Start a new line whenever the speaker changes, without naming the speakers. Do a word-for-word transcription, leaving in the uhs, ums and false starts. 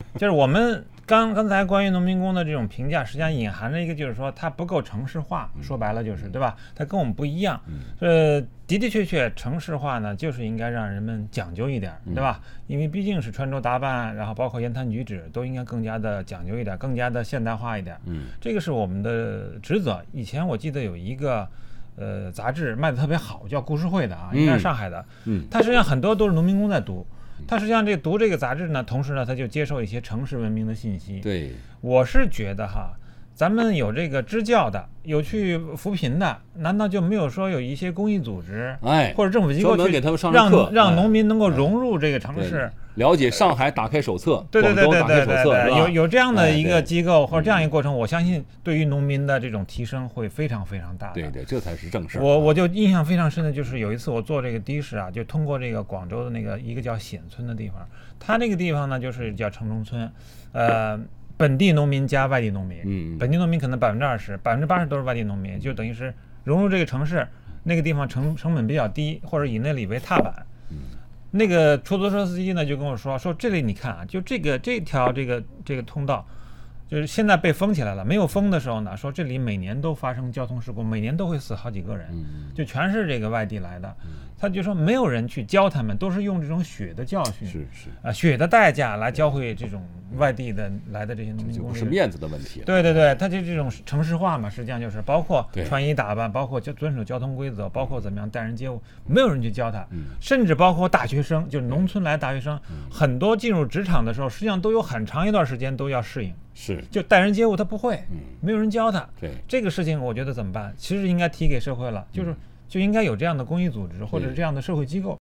就是我们刚刚才关于农民工的这种评价，实际上隐含着一个，就是说它不够城市化，说白了就是对吧？它跟我们不一样。呃，的的确确，城市化呢，就是应该让人们讲究一点，对吧？因为毕竟是穿着打扮，然后包括言谈举止，都应该更加的讲究一点，更加的现代化一点。嗯，这个是我们的职责。以前我记得有一个。呃，杂志卖的特别好，叫故事会的啊，应该是上海的。嗯，它实际上很多都是农民工在读。他实际上这读这个杂志呢，同时呢，他就接受一些城市文明的信息。
对，
我是觉得哈，咱们有这个支教的，有去扶贫的，难道就没有说有一些公益组织，
哎，
或者政府机构去
给他们上
让
课，
让农民能够融入这个城市？
哎了解上海打开手册，
对对对对对
对对，
有有这样的一个机构、哎、或者这样一个过程，我相信对于农民的这种提升会非常非常大的。
对对，这才是正事。
我我就印象非常深的就是有一次我做这个的士啊，就通过这个广州的那个一个叫显村的地方，它那个地方呢就是叫城中村，呃，本地农民加外地农民，嗯，本地农民可能百分之二十，百分之八十都是外地农民，就等于是融入这个城市，那个地方成成本比较低，或者以那里为踏板。那个出租车司机呢就跟我说说这里你看啊，就这个这条这个这个通道，就是现在被封起来了。没有封的时候呢，说这里每年都发生交通事故，每年都会死好几个人，就全是这个外地来的。他就说没有人去教他们，都是用这种血的教训，
是是
啊，血的代价来教会这种外地的来的这些农民工。
不是面子的问题。
对对对，他就这种城市化嘛，实际上就是包括穿衣打扮，包括遵守交通规则，包括怎么样待人接物，没有人去教他，甚至包括大学生，就是农村来的大学生，很多进入职场的时候，实际上都有很长一段时间都要适应。
是，
就待人接物他不会，没有人教他。
对
这个事情，我觉得怎么办？其实应该提给社会了，就是就应该有这样的公益组织或者这样的社会机构。